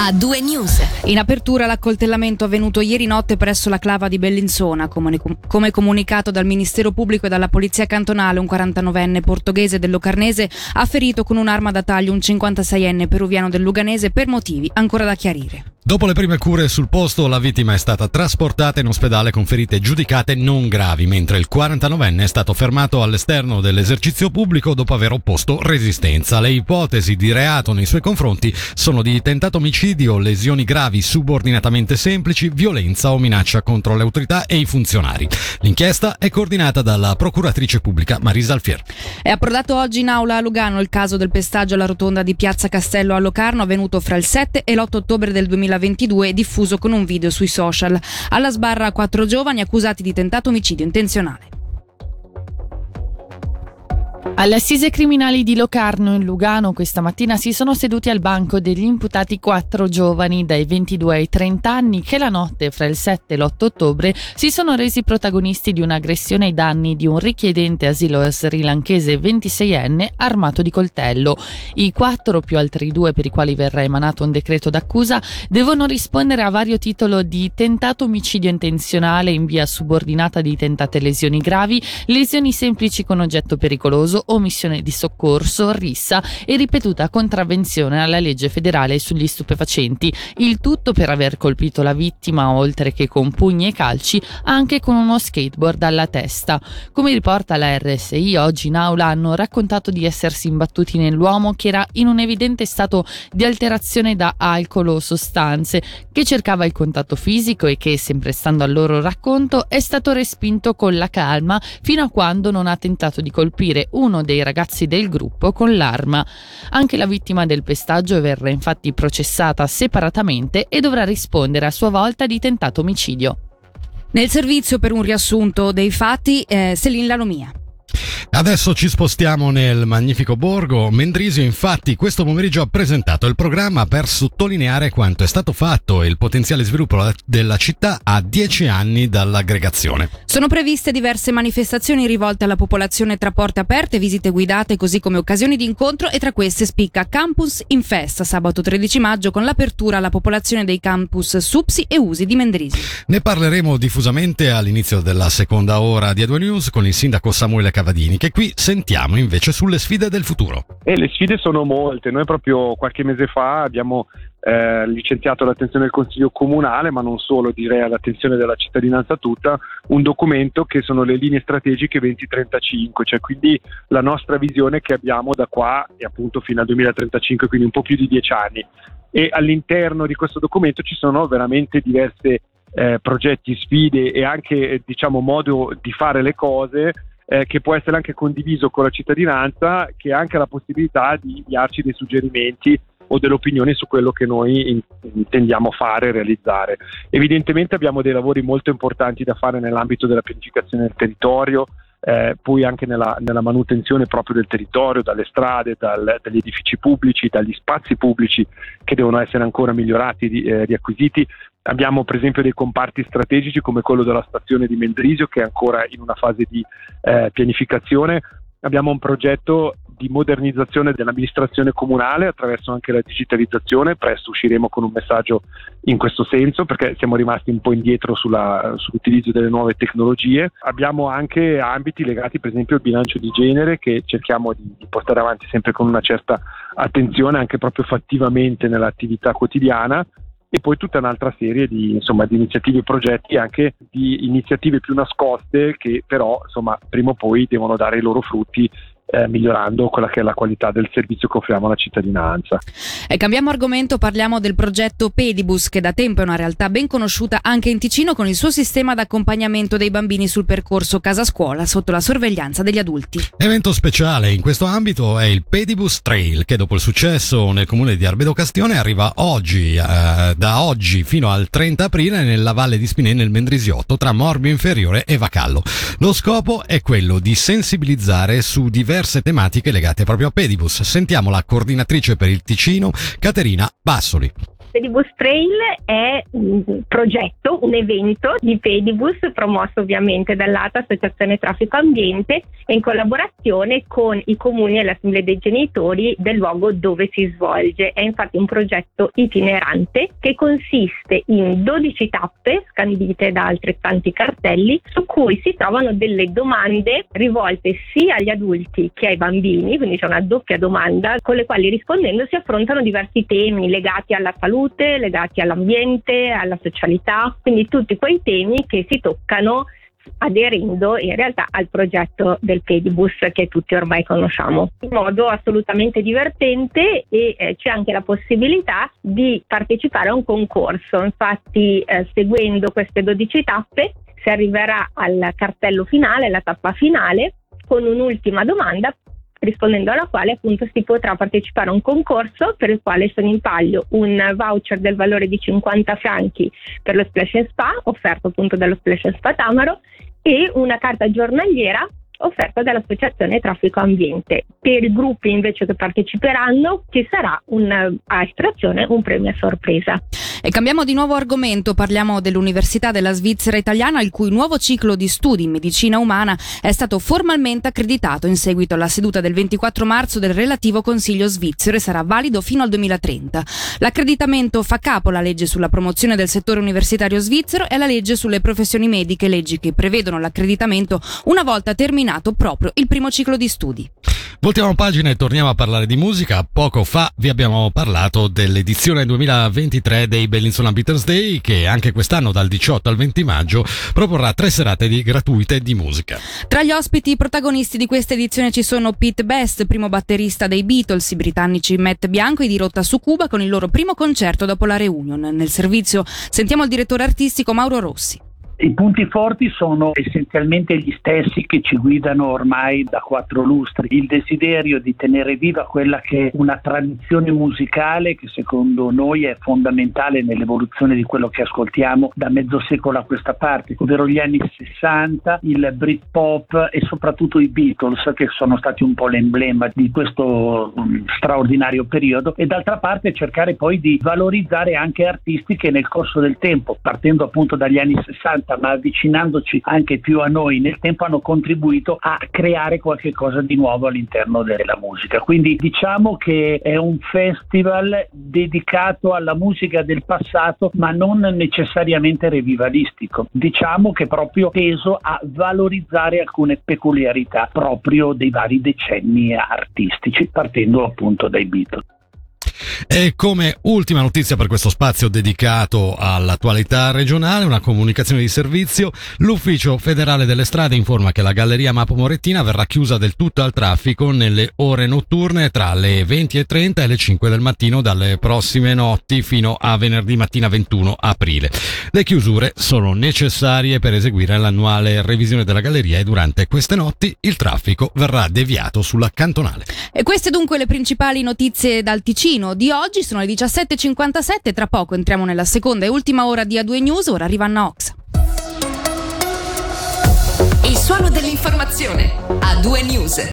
A2 News. In apertura l'accoltellamento avvenuto ieri notte presso la clava di Bellinzona. Come comunicato dal Ministero Pubblico e dalla Polizia Cantonale, un 49enne portoghese del Locarnese ha ferito con un'arma da taglio un 56enne peruviano del Luganese per motivi ancora da chiarire. Dopo le prime cure sul posto, la vittima è stata trasportata in ospedale con ferite giudicate non gravi, mentre il 49enne è stato fermato all'esterno dell'esercizio pubblico dopo aver opposto resistenza. Le ipotesi di reato nei suoi confronti sono di tentato omicidio, lesioni gravi subordinatamente semplici, violenza o minaccia contro le autorità e i funzionari. L'inchiesta è coordinata dalla procuratrice pubblica Marisa Alfier. È approdato oggi in aula a Lugano il caso del pestaggio alla rotonda di Piazza Castello a Locarno, avvenuto fra il 7 e l'8 ottobre del 2022 e diffuso con un video sui social. Alla sbarra 4 giovani accusati di tentato omicidio intenzionale. Alle assise criminali di Locarno in Lugano questa mattina si sono seduti al banco degli imputati 4 giovani dai 22 ai 30 anni che la notte fra il 7 e l'8 ottobre si sono resi protagonisti di un'aggressione ai danni di un richiedente asilo srilankese 26enne armato di coltello. I 4 più altri 2 per i quali verrà emanato un decreto d'accusa devono rispondere a vario titolo di tentato omicidio intenzionale in via subordinata di tentate lesioni gravi, lesioni semplici con oggetto pericoloso, omissione di soccorso, rissa e ripetuta contravvenzione alla legge federale sugli stupefacenti, il tutto per aver colpito la vittima oltre che con pugni e calci anche con uno skateboard alla testa. Come riporta la RSI, oggi in aula hanno raccontato di essersi imbattuti nell'uomo che era in un evidente stato di alterazione da alcol o sostanze, che cercava il contatto fisico e che, sempre stando al loro racconto, è stato respinto con la calma fino a quando non ha tentato di colpire uno dei ragazzi del gruppo con l'arma. Anche la vittima del pestaggio verrà infatti processata separatamente e dovrà rispondere a sua volta di tentato omicidio. Nel servizio per un riassunto dei fatti, Céline Lalomia. Adesso ci spostiamo nel magnifico borgo. Mendrisio infatti questo pomeriggio ha presentato il programma per sottolineare quanto è stato fatto e il potenziale sviluppo della città a 10 anni dall'aggregazione. Sono previste diverse manifestazioni rivolte alla popolazione tra porte aperte, visite guidate, così come occasioni di incontro, e tra queste spicca Campus in Festa, sabato 13 maggio, con l'apertura alla popolazione dei campus Supsi e Usi di Mendrisio. Ne parleremo diffusamente all'inizio della seconda ora di A2 News con il sindaco Samuele Cavadini, che qui sentiamo invece sulle sfide del futuro. Le sfide sono molte. Noi proprio qualche mese fa abbiamo licenziato all'attenzione del Consiglio Comunale, ma non solo, direi all'attenzione della cittadinanza tutta, un documento che sono le linee strategiche 2035, cioè quindi la nostra visione che abbiamo da qua e appunto fino al 2035, quindi un po' più di 10 anni. E all'interno di questo documento ci sono veramente diverse progetti, sfide e anche modo di fare le cose che può essere anche condiviso con la cittadinanza, che ha anche la possibilità di darci dei suggerimenti o delle opinioni su quello che noi intendiamo fare e realizzare. Evidentemente abbiamo dei lavori molto importanti da fare nell'ambito della pianificazione del territorio, poi anche nella manutenzione proprio del territorio, dalle strade, dagli edifici pubblici, dagli spazi pubblici che devono essere ancora migliorati, riacquisiti. Abbiamo per esempio dei comparti strategici come quello della stazione di Mendrisio, che è ancora in una fase di pianificazione. Abbiamo un progetto di modernizzazione dell'amministrazione comunale attraverso anche la digitalizzazione. Presto usciremo con un messaggio in questo senso, perché siamo rimasti un po' indietro sull'utilizzo delle nuove tecnologie. Abbiamo anche ambiti legati per esempio al bilancio di genere, che cerchiamo di portare avanti sempre con una certa attenzione, anche proprio fattivamente nell'attività quotidiana. E poi tutta un'altra serie di iniziative e progetti, anche di iniziative più nascoste, che però prima o poi devono dare i loro frutti, migliorando quella che è la qualità del servizio che offriamo alla cittadinanza. E cambiamo argomento, parliamo del progetto Pedibus, che da tempo è una realtà ben conosciuta anche in Ticino, con il suo sistema d'accompagnamento dei bambini sul percorso casa-scuola sotto la sorveglianza degli adulti. Evento speciale in questo ambito è il Pedibus Trail, che dopo il successo nel comune di Arbedo Castione arriva oggi, da oggi fino al 30 aprile nella Valle di Spinè, nel Mendrisiotto, tra Morbio Inferiore e Vacallo. Lo scopo è quello di sensibilizzare su diverse tematiche legate proprio a Pedibus. Sentiamo la coordinatrice per il Ticino, Caterina Bassoli. Pedibus Trail è un progetto, un evento di Pedibus promosso ovviamente dall'ATA, Associazione Traffico Ambiente, e in collaborazione con i comuni e l'assemblea dei genitori del luogo dove si svolge. È infatti un progetto itinerante che consiste in 12 tappe scandite da altrettanti cartelli, su cui si trovano delle domande rivolte sia agli adulti che ai bambini, quindi c'è una doppia domanda con le quali rispondendo si affrontano diversi temi legati alla salute, legati all'ambiente, alla socialità, quindi tutti quei temi che si toccano aderendo in realtà al progetto del Pedibus che tutti ormai conosciamo in modo assolutamente divertente, e c'è anche la possibilità di partecipare a un concorso. Infatti seguendo queste 12 tappe si arriverà al cartello finale, alla tappa finale, con un'ultima domanda rispondendo alla quale appunto si potrà partecipare a un concorso per il quale sono in palio un voucher del valore di 50 franchi per lo Splash & Spa, offerto appunto dallo Splash & Spa Tamaro, e una carta giornaliera offerta dall'Associazione Traffico Ambiente. Per i gruppi invece che parteciperanno ci sarà a estrazione un premio a sorpresa. E cambiamo di nuovo argomento, parliamo dell'Università della Svizzera Italiana, il cui nuovo ciclo di studi in medicina umana è stato formalmente accreditato in seguito alla seduta del 24 marzo del relativo Consiglio svizzero e sarà valido fino al 2030. L'accreditamento fa capo alla legge sulla promozione del settore universitario svizzero e alla legge sulle professioni mediche, leggi che prevedono l'accreditamento una volta terminato proprio il primo ciclo di studi. Voltiamo pagina e torniamo a parlare di musica. Poco fa vi abbiamo parlato dell'edizione 2023 dei Bellinzona Beatles Day, che anche quest'anno dal 18 al 20 maggio proporrà 3 serate gratuite di musica. Tra gli ospiti protagonisti di questa edizione ci sono Pete Best, primo batterista dei Beatles, i britannici Matt Bianco e di rotta su Cuba con il loro primo concerto dopo la reunion. Nel servizio sentiamo il direttore artistico Mauro Rossi. I punti forti sono essenzialmente gli stessi che ci guidano ormai da 4 lustri: il desiderio di tenere viva quella che è una tradizione musicale che secondo noi è fondamentale nell'evoluzione di quello che ascoltiamo da mezzo secolo a questa parte, ovvero gli anni 60, il Britpop e soprattutto i Beatles, che sono stati un po' l'emblema di questo straordinario periodo, e d'altra parte cercare poi di valorizzare anche artisti che nel corso del tempo, partendo appunto dagli anni 60 ma avvicinandoci anche più a noi nel tempo, hanno contribuito a creare qualche cosa di nuovo all'interno della musica. Quindi diciamo che è un festival dedicato alla musica del passato, ma non necessariamente revivalistico. Diciamo che è proprio teso a valorizzare alcune peculiarità proprio dei vari decenni artistici, partendo appunto dai Beatles. E come ultima notizia per questo spazio dedicato all'attualità regionale, una comunicazione di servizio: l'Ufficio Federale delle Strade informa che la Galleria Mapo Morettina verrà chiusa del tutto al traffico nelle ore notturne tra le 20:30 e le 5 del mattino dalle prossime notti fino a venerdì mattina 21 aprile. Le chiusure sono necessarie per eseguire l'annuale revisione della galleria e durante queste notti il traffico verrà deviato sulla cantonale. E queste dunque le principali notizie dal Ticino di oggi. Sono le 17:57, tra poco entriamo nella seconda e ultima ora di A2 News, ora arriva Anna Oxa. Il suono dell'informazione, A2 News.